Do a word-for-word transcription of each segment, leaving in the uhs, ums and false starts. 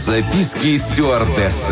Записки стюардессы.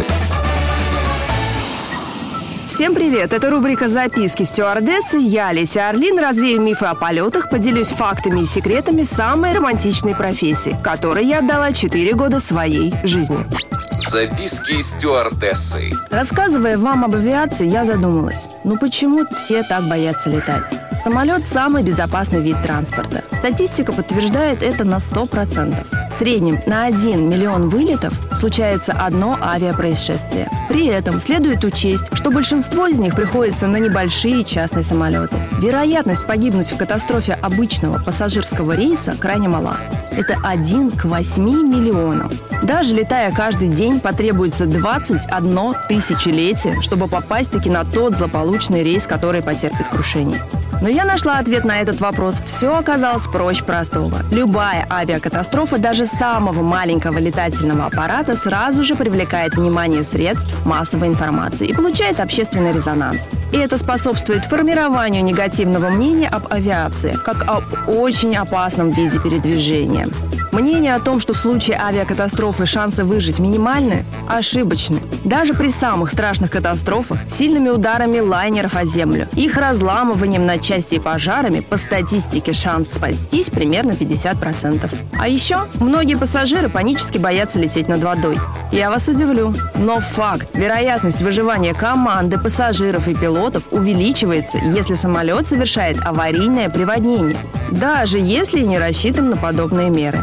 Всем привет! Это рубрика «Записки стюардессы». Я, Леся Орлин, развею мифы о полетах, поделюсь фактами и секретами самой романтичной профессии, которой я отдала четыре года своей жизни. Записки стюардессы. Рассказывая вам об авиации, я задумалась. Ну почему все так боятся летать? Самолет – самый безопасный вид транспорта. Статистика подтверждает это на сто процентов. В среднем на один миллион вылетов случается одно авиапроисшествие. При этом следует учесть, что большинство из них приходится на небольшие частные самолеты. Вероятность погибнуть в катастрофе обычного пассажирского рейса крайне мала. Это один к восьми миллионам. Даже летая каждый день, потребуется двадцать одно тысячелетие, чтобы попасть-таки на тот злополучный рейс, который потерпит крушение. Но я нашла ответ на этот вопрос. Все оказалось проще простого. Любая авиакатастрофа, даже самого маленького летательного аппарата, сразу же привлекает внимание средств массовой информации и получает общественный резонанс. И это способствует формированию негативного мнения об авиации, как об очень опасном виде передвижения. Мнение о том, что в случае авиакатастрофы шансы выжить минимальны, ошибочны. Даже при самых страшных катастрофах, сильными ударами лайнеров о землю, их разламыванием на части и пожарами, по статистике шанс спастись примерно пятьдесят процентов. А еще многие пассажиры панически боятся лететь над водой. Я вас удивлю, но факт: вероятность выживания команды пассажиров и пилотов увеличивается, если самолет совершает аварийное приводнение, даже если не рассчитан на подобные меры.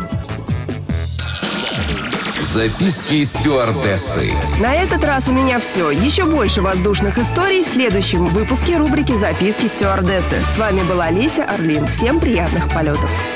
Записки стюардессы. На этот раз у меня все. Еще больше воздушных историй в следующем выпуске рубрики «Записки стюардессы». С вами была Леся Орлин. Всем приятных полетов.